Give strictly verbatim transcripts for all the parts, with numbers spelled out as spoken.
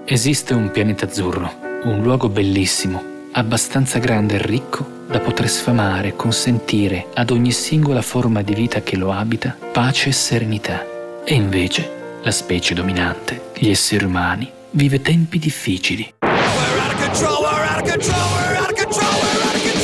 Esiste un pianeta azzurro, un luogo bellissimo, abbastanza grande e ricco da poter sfamare e consentire ad ogni singola forma di vita che lo abita pace e serenità. E invece la specie dominante, gli esseri umani, vive tempi difficili. We're out of control, we're out of control, we're out of control, we're out of control.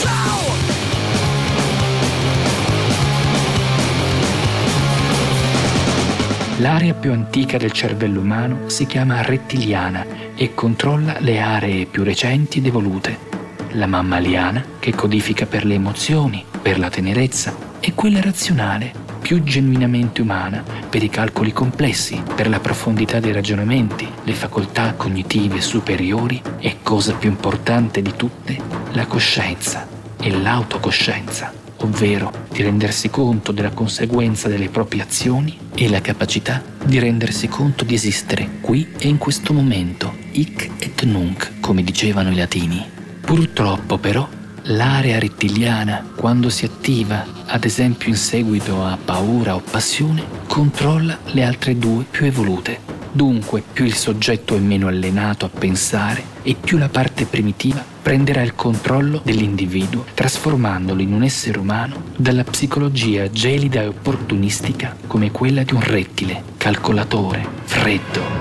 L'area più antica del cervello umano si chiama rettiliana e controlla le aree più recenti ed evolute. La mammaliana, che codifica per le emozioni, per la tenerezza, e quella razionale, più genuinamente umana, per i calcoli complessi, per la profondità dei ragionamenti, le facoltà cognitive superiori e, cosa più importante di tutte, la coscienza e l'autocoscienza, ovvero di rendersi conto della conseguenza delle proprie azioni e la capacità di rendersi conto di esistere qui e in questo momento, hic et nunc, come dicevano i latini. Purtroppo però l'area rettiliana, quando si attiva, ad esempio in seguito a paura o passione, controlla le altre due più evolute. Dunque, più il soggetto è meno allenato a pensare e più la parte primitiva prenderà il controllo dell'individuo, trasformandolo in un essere umano dalla psicologia gelida e opportunistica come quella di un rettile, calcolatore, freddo.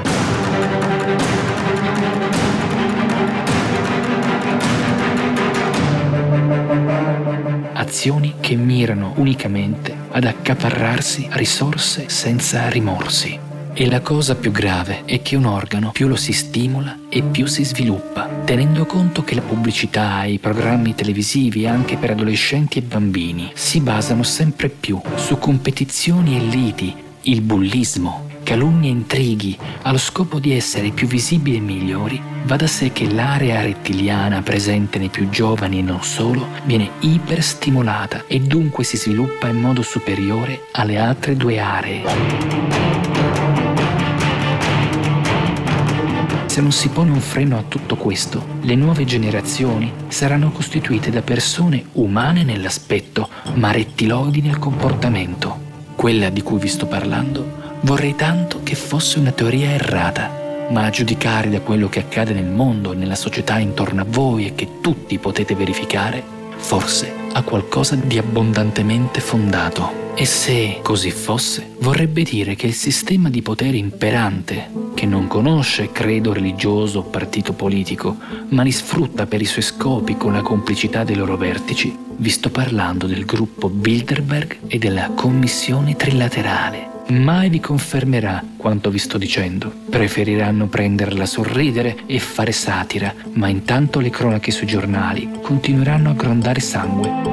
Azioni che mirano unicamente ad accaparrarsi risorse senza rimorsi. E la cosa più grave è che un organo più lo si stimola e più si sviluppa, tenendo conto che la pubblicità e i programmi televisivi anche per adolescenti e bambini si basano sempre più su competizioni e liti, il bullismo, calunnie e intrighi, allo scopo di essere più visibili e migliori. Va da sé che l'area rettiliana presente nei più giovani e non solo viene iperstimolata e dunque si sviluppa in modo superiore alle altre due aree. Se non si pone un freno a tutto questo, le nuove generazioni saranno costituite da persone umane nell'aspetto, ma rettiloidi nel comportamento. Quella di cui vi sto parlando vorrei tanto che fosse una teoria errata, ma a giudicare da quello che accade nel mondo e nella società intorno a voi e che tutti potete verificare, forse ha qualcosa di abbondantemente fondato. E se così fosse, vorrebbe dire che il sistema di potere imperante, che non conosce credo religioso o partito politico, ma li sfrutta per i suoi scopi con la complicità dei loro vertici, vi sto parlando del gruppo Bilderberg e della Commissione Trilaterale, mai vi confermerà quanto vi sto dicendo. Preferiranno prenderla a sorridere e fare satira, ma intanto le cronache sui giornali continueranno a grondare sangue.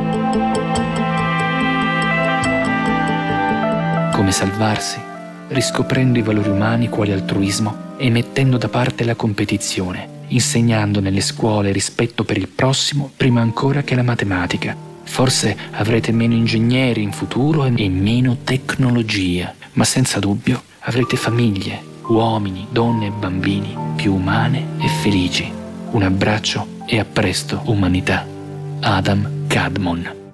Come salvarsi? Riscoprendo i valori umani quali altruismo e mettendo da parte la competizione, insegnando nelle scuole rispetto per il prossimo prima ancora che la matematica. Forse avrete meno ingegneri in futuro e meno tecnologia, ma senza dubbio avrete famiglie, uomini, donne e bambini più umane e felici. Un abbraccio e a presto, umanità. Adam Kadmon.